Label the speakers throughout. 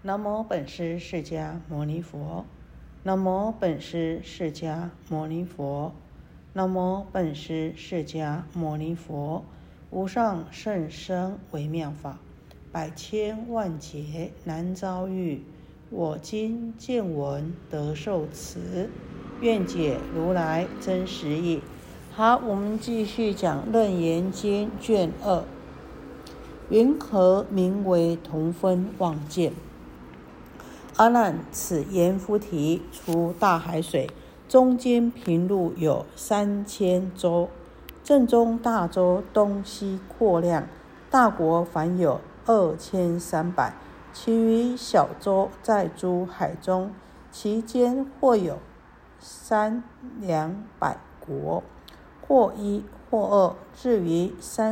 Speaker 1: 南无本师释迦牟尼佛。南无本师释迦牟尼佛。南无本师释迦牟尼佛。无上甚深微妙法，百千万劫难遭遇。我今见闻得受持，愿解如来真实义。好，我们继续讲《楞严经》卷2。云何名为同分妄见？阿难，此阎浮提出大海水，中间平路有3000洲，正中大洲东西扩量，大国凡有2300，其余小洲在诸海中，其间或有300-200国，或一或二，至于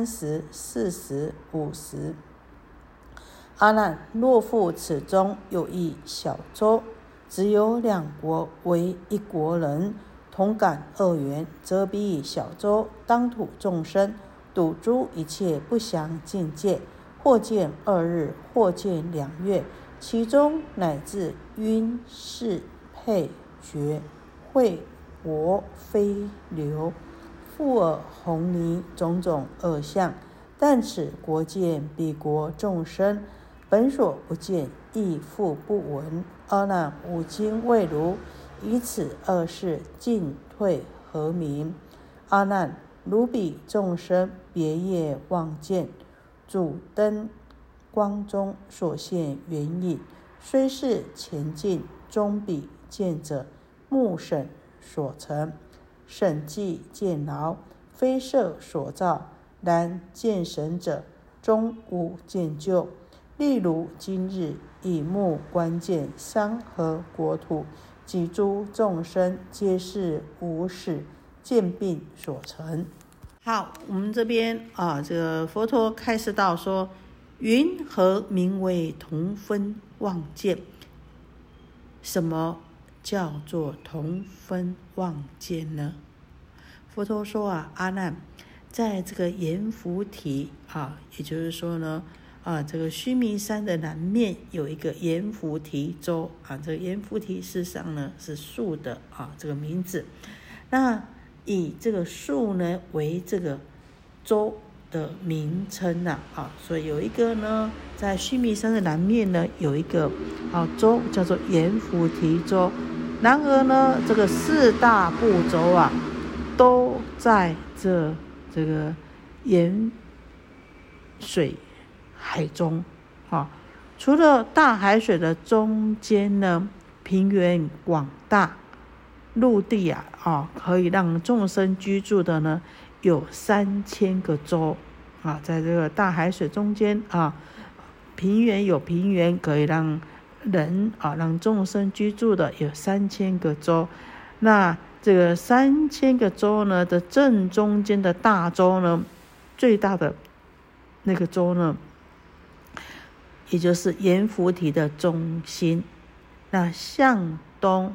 Speaker 1: 30、40、50。阿难，若复此中有一小洲，只有2国为一国人，同感恶缘，则彼小洲当土众生，睹诸一切不祥境界，或见2日，或见2月，其中乃至晕视配觉秽活非流覆耳红泥种种恶相，但此国见彼国众生本所不见，亦复不闻。阿难，吾今为如，以此恶事进退何名？阿难，如彼众生别业妄见，主灯光中所现缘影，虽是前进，终彼见者目审所成，审计见劳，非色所造，然见神者终无见救。例如今日以目观见山河国土及诸众生，皆是无始见病所成。好，我们这边这个佛陀开示到说，云何名为同分妄见？什么叫做同分妄见呢？佛陀说阿难，在这个阎浮提也就是说呢这个须弥山的南面有一个阎浮提洲这个阎浮提事实上呢是树的这个名字。那以这个树呢为这个洲的名称所以有一个呢在须弥山的南面呢有一个洲叫做阎浮提洲。然而呢这个4大部洲都在这个盐水海中除了大海水的中间呢，平原广大，陆地可以让众生居住的呢有3000个洲在这个大海水中间平原有平原可以让人让众生居住的有3000个洲。那这个3000个洲呢的正中间的大洲呢，最大的那个洲呢，也就是阎浮提的中心。那向东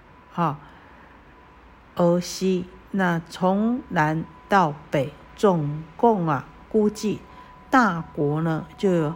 Speaker 1: 而西，那从南到北总共估计大国呢就有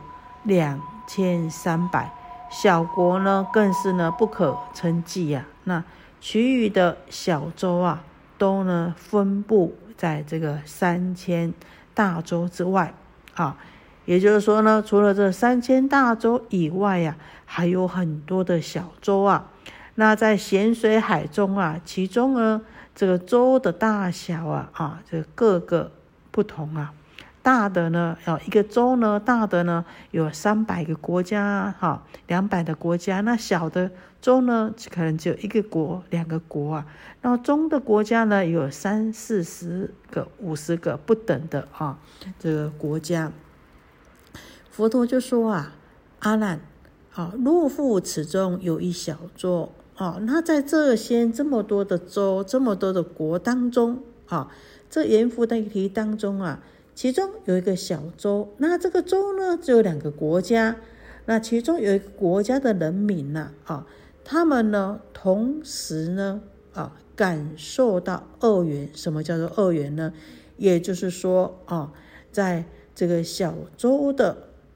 Speaker 1: 2300，小国呢更是呢不可称计那其余的小洲都呢分布在这个3000大洲之外也就是说呢，除了这3000大洲以外还有很多的小洲那在咸水海中其中呢这个洲的大小这各个不同大的呢一个洲呢大的呢有300个国家200的国家，那小的洲呢可能只有1个国2个国然后中的国家呢有30、40个50个不等的这个国家。佛陀就说阿难若复此中有一小洲那在这些这么多的洲这么多的国当中这阎浮提当中其中有一个小洲，那这个洲呢只有2个国家，那其中有一个国家的人民他们呢同时呢感受到恶缘。什么叫做恶缘呢？也就是说在这个小洲的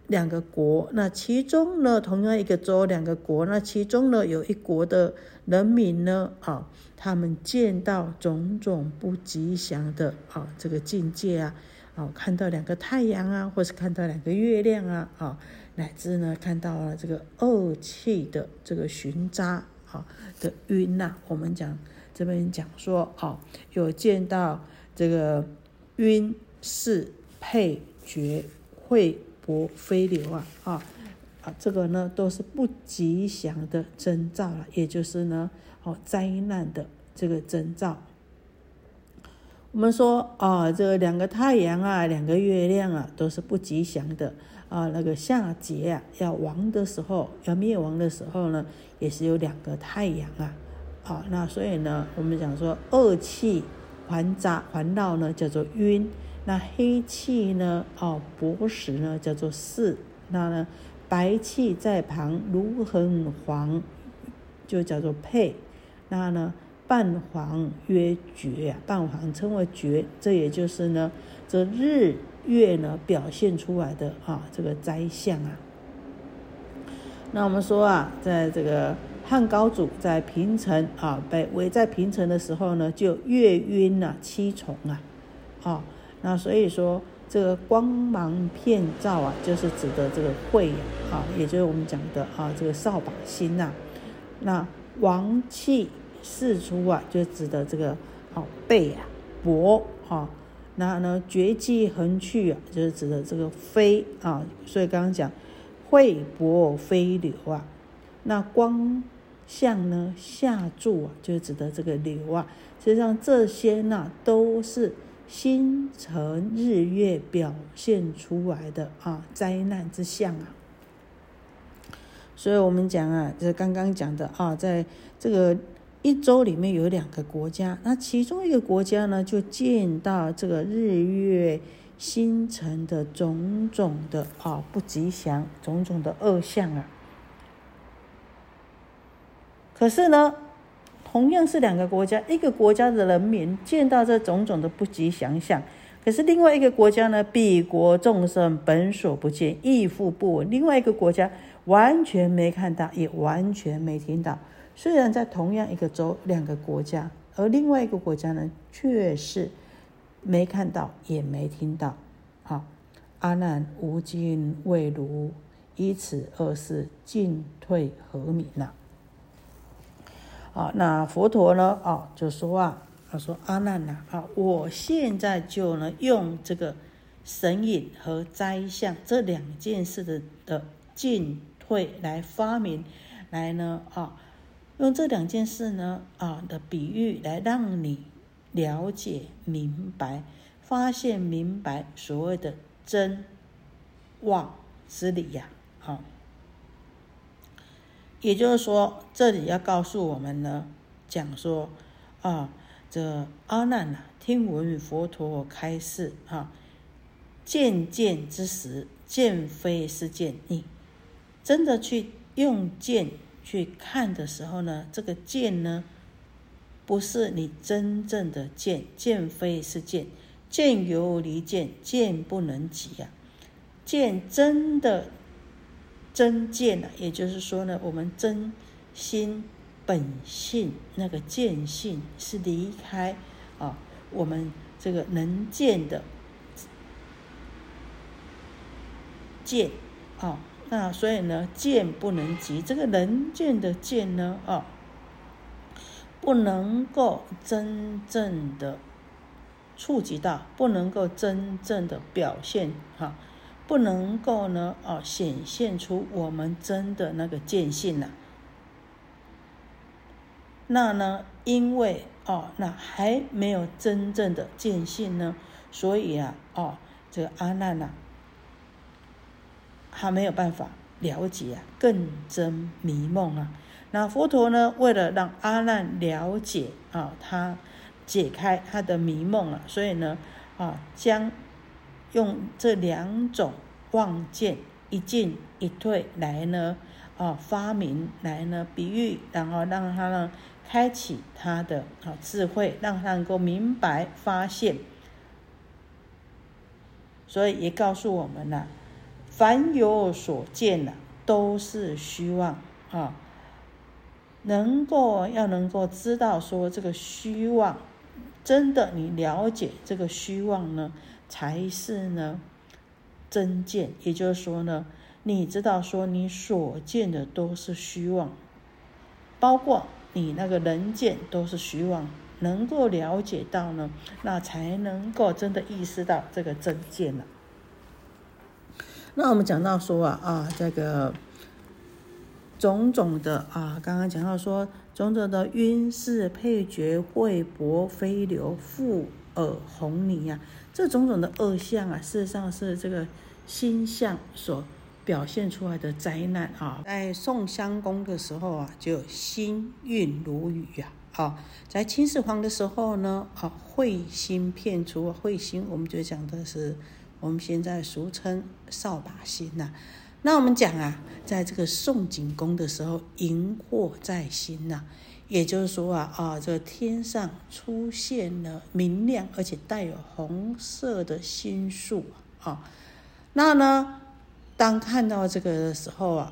Speaker 1: 两个国，那其中呢，同样一个州两个国，那其中呢有一国的人民呢，他们见到种种不吉祥的这个境界啊，看到两个太阳啊，或是看到两个月亮啊，乃至呢看到了这个恶气的这个寻渣的晕呐，我们这边讲说有见到这个晕是配觉秽薄飞流这个呢都是不吉祥的征兆了，也就是呢灾难的这个征兆。我们说这个两个太阳两个月亮都是不吉祥的那个夏桀要亡的时候，要灭亡的时候呢，也是有两个太阳那所以呢，我们讲说恶气环绕呢叫做晕，那黑气呢薄实呢叫做巳，那呢白气在旁如很黄就叫做配，那呢半黄曰绝半黄称为绝，这也就是呢这日月呢表现出来的这个灾象那我们说在这个汉高祖在平城被围在平城的时候呢，就月晕7重那所以说这个光芒遍照就是指的这个慧也就是我们讲的这个扫把星那王气释出就指的这个背薄那呢绝迹横去就是指的这个飞所以刚刚讲秽薄飞流那光相呢下注就是指的这个流实际上这些都是星辰日月表现出来的灾难之象所以我们讲就是刚刚讲的在这个一周里面有两个国家，那其中一个国家呢就见到这个日月星辰的种种的不吉祥，种种的恶象可是呢同样是两个国家，一个国家的人民见到这种种的不吉祥象，可是另外一个国家呢，彼国众生本所不见，亦复不闻，另外一个国家完全没看到，也完全没听到。虽然在同样一个州两个国家，而另外一个国家呢却是没看到也没听到阿难无尽未如，以此二事进退何明那佛陀呢就说他说阿难我现在就呢用这个神隐和灾相这两件事的进退来发明，来呢用这两件事呢的比喻来让你了解明白，发现明白所谓的真妄之理也就是说这里要告诉我们呢，讲说这阿难听闻佛陀开示见见之时，见非是见，你真的去用见去看的时候呢，这个见呢不是你真正的见，见非是见，见犹离见，见不能及见真的真见也就是说呢，我们真心本性那个见性是离开我们这个能见的见那所以呢见不能及，这个能见的见呢不能够真正的触及到，不能够真正的表现不能够呢显现出我们真的那个见性那呢因为那还没有真正的见性呢，所以这个阿难还没有办法了解更真迷梦那佛陀呢为了让阿难了解他解开他的迷梦所以呢将用这两种望见，一进一退来呢发明，来呢比喻，然后让他呢开启他的智慧，让他能够明白发现。所以也告诉我们凡有所见都是虚妄啊。要能够知道说这个虚妄，真的你了解这个虚妄呢，才是呢真见。也就是说呢，你知道说你所见的都是虚妄，包括你那个人见都是虚妄，能够了解到呢，那才能够真的意识到这个真见了。那我们讲到说这个种种的刚刚讲到说种种的晕视配觉慧帛飞流覆耳红泥这种种的恶相事实上是这个心相所表现出来的灾难在宋襄公的时候就心韵如雨在秦始皇的时候呢慧心片出，慧心我们就讲的是我们现在俗称扫把星那我们讲在这个宋景公的时候，荧惑在心也就是说这个天上出现了明亮而且带有红色的星宿那呢，当看到这个的时候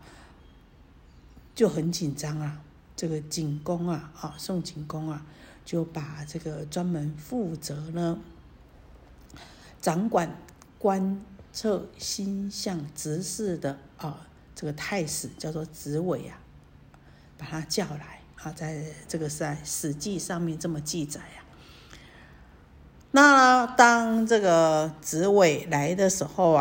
Speaker 1: 就很紧张这个景公宋景公就把这个专门负责呢掌管观测星象执事的这个太史叫做子伟把他叫来在这个在史记上面这么记载那当这个子伟来的时候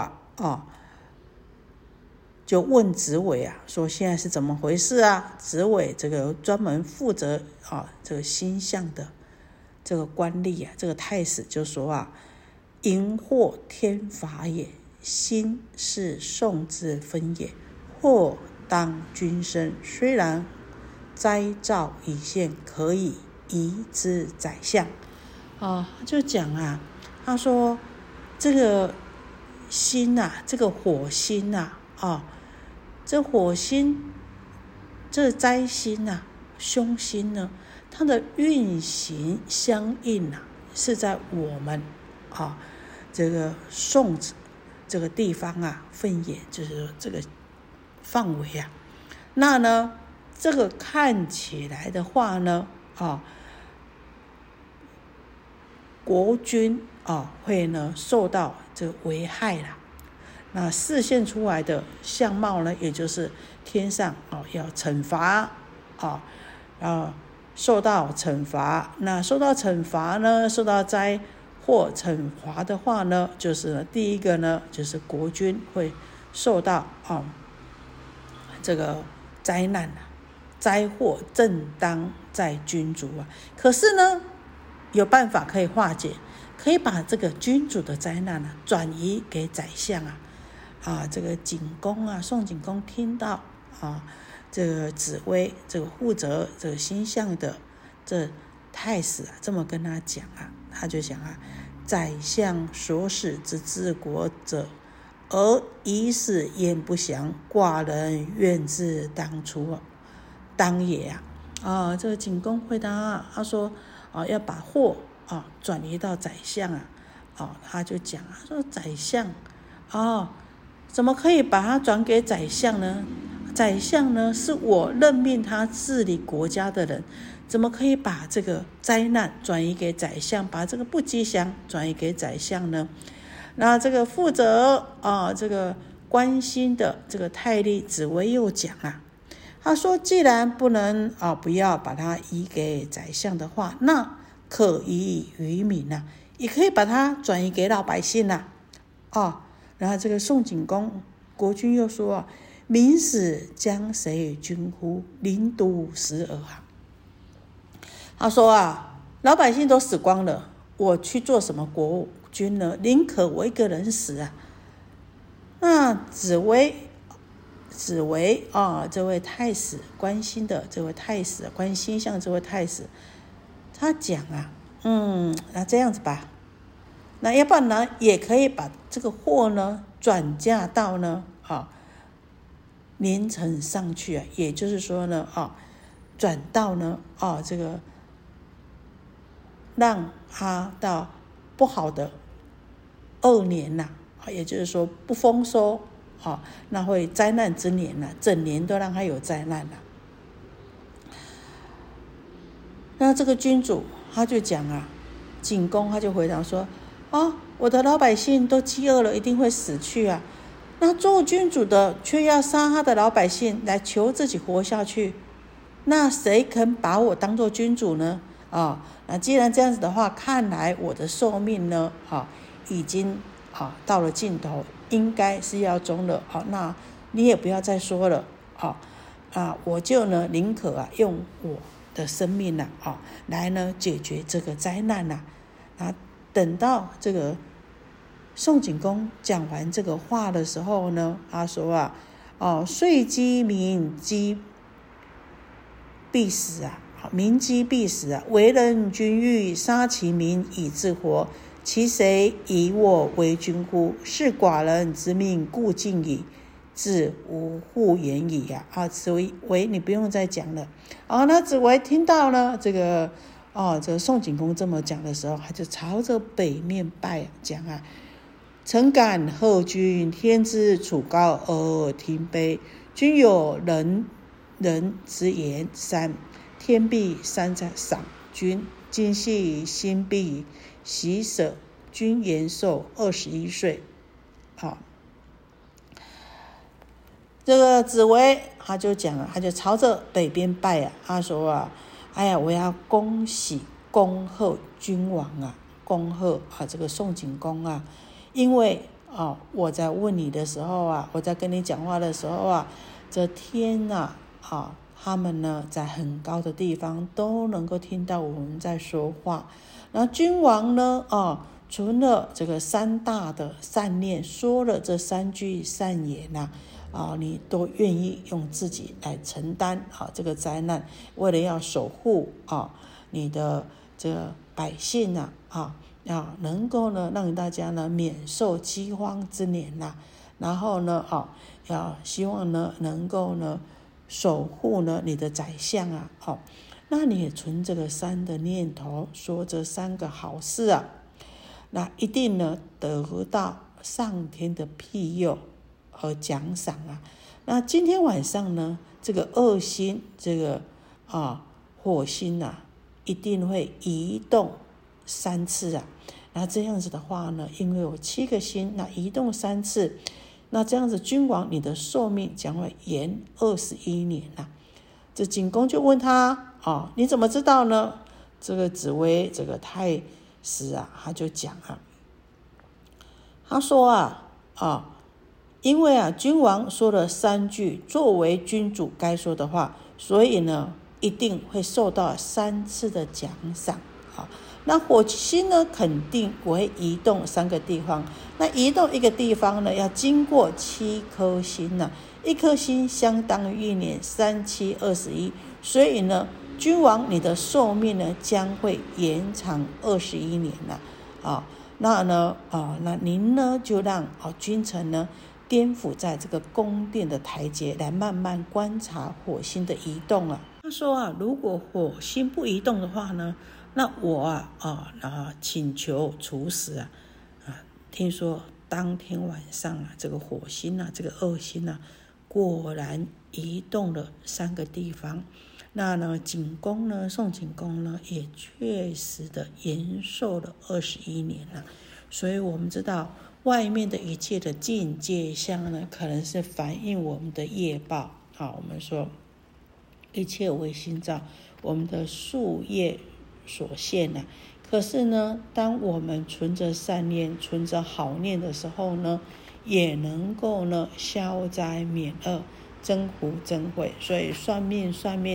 Speaker 1: 就问子伟说现在是怎么回事子伟这个专门负责这个星象的这个官吏这个太史就说荧惑天法也，心是宋之分也，或当君生，虽然灾兆已现，可以移之宰相就讲他说这个心这个火星这火星这灾星凶星呢，它的运行相应是在我们这个宋这个地方分野，就是这个范围那呢这个看起来的话呢国君会呢受到这个危害那示现出来的相貌呢，也就是天上要惩罚受到惩罚。那受到惩罚呢，受到灾或惩罚的话呢，就是第一个呢，就是国君会受到这个灾难灾祸正当在君主可是呢有办法可以化解，可以把这个君主的灾难转移给宰相这个景公宋景公听到这个紫薇这个负责这个星象的这太史这么跟他讲他就想宰相所使之治国者，而以使焉不祥，寡人愿自当初当也这个景公回答他说要把祸转移到宰相他就讲说宰相怎么可以把它转给宰相呢？宰相呢是我任命他治理国家的人，怎么可以把这个灾难转移给宰相，把这个不吉祥转移给宰相呢？那这个负责这个关心的这个太尉子维又讲他说既然不能不要把它移给宰相的话，那可移于民也可以把它转移给老百姓然后这个宋景公国君又说民死将谁君乎？临都死耳他说老百姓都死光了，我去做什么国君呢？宁可我一个人死那子维这位太史关心的这位太史关心像这位太史他讲那这样子吧，那要不然呢也可以把这个货呢转嫁到呢年层上去也就是说呢转到呢这个让他到不好的2年也就是说不丰收那会灾难之年整年都让他有灾难那这个君主他就讲景公他就回答说我的老百姓都饥饿了，一定会死去那做君主的却要杀他的老百姓来求自己活下去，那谁肯把我当做君主呢？那既然这样子的话，看来我的寿命呢已经到了尽头，应该是要终了那你也不要再说了我就呢宁可用我的生命来呢解决这个灾难等到这个宋景公讲完这个话的时候呢，他说遂饥民饥必死民饥必死为人君欲杀其民以自活，其谁以我为君乎？是寡人之命故尽矣，子无复言矣子为你不用再讲了那子为听到呢这个宋景公这么讲的时候，他就朝着北面拜讲臣敢贺君，天之处高而庭卑，君有人之言三，天必三赏君，今夕心必喜舍，君延寿21岁这个子为他就讲了，他就朝着北边拜他说我要恭喜恭贺君王恭贺这个宋景公因为我在问你的时候我在跟你讲话的时候这天他们呢在很高的地方都能够听到我们在说话，然后君王呢存了这个3大的善念，说了这3句善言你都愿意用自己来承担这个灾难，为了要守护你的这个百姓要能够呢让大家呢免受饥荒之年然后呢要希望呢能够呢守护呢你的宰相那你也存这个3的念头，说这3个好事那一定呢得到上天的庇佑和奖赏那今天晚上呢这个恶星这个火星一定会移动3次那这样子的话呢，因为有7个星，那移动3次，那这样子君王你的寿命将会延21年这景公就问他你怎么知道呢？这个子为这个太史他就讲他说因为君王说了3句作为君主该说的话，所以呢一定会受到3次的奖赏那火星呢肯定不会移动3个地方，那移动一个地方呢要经过7颗星1颗星相当于1年，3、7、21，所以呢君王你的寿命呢将会延长21年那您呢就让君臣呢颠覆在这个宫殿的台阶，来慢慢观察火星的移动他说如果火星不移动的话呢，那我请求处死听说当天晚上这个火星这个恶星果然移动了3个地方，那呢景公呢宋景公呢也确实的延寿了21年所以我们知道外面的一切的境界相呢，可能是反映我们的业报我们说一切为心造，我们的宿业所现可是呢当我们存着善念，存着好念的时候呢，也能够呢消灾免厄，增福增慧。所以算命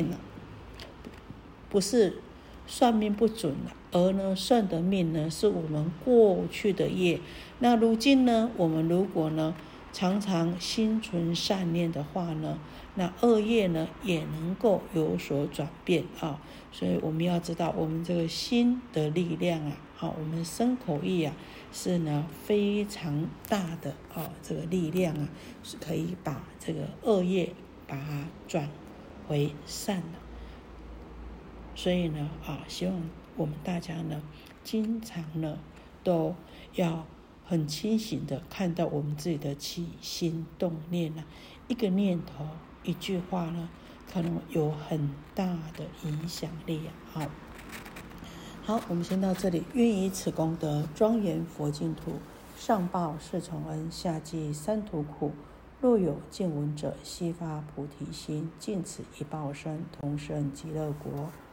Speaker 1: 不是算命不准而呢算的命呢是我们过去的业。那如今呢我们如果呢常常心存善念的话呢，那恶业呢也能够有所转变所以我们要知道我们这个心的力量我们身口意是呢非常大的这个力量是可以把这个恶业把它转为善的。所以呢希望我们大家呢经常呢都要很清醒的看到我们自己的起心动念一个念头，一句话呢，可能有很大的影响力好，我们先到这里。愿以此功德庄严佛净土，上报四重恩，下济三途苦。若有见闻者，悉发菩提心，尽此一报身，同生极乐国。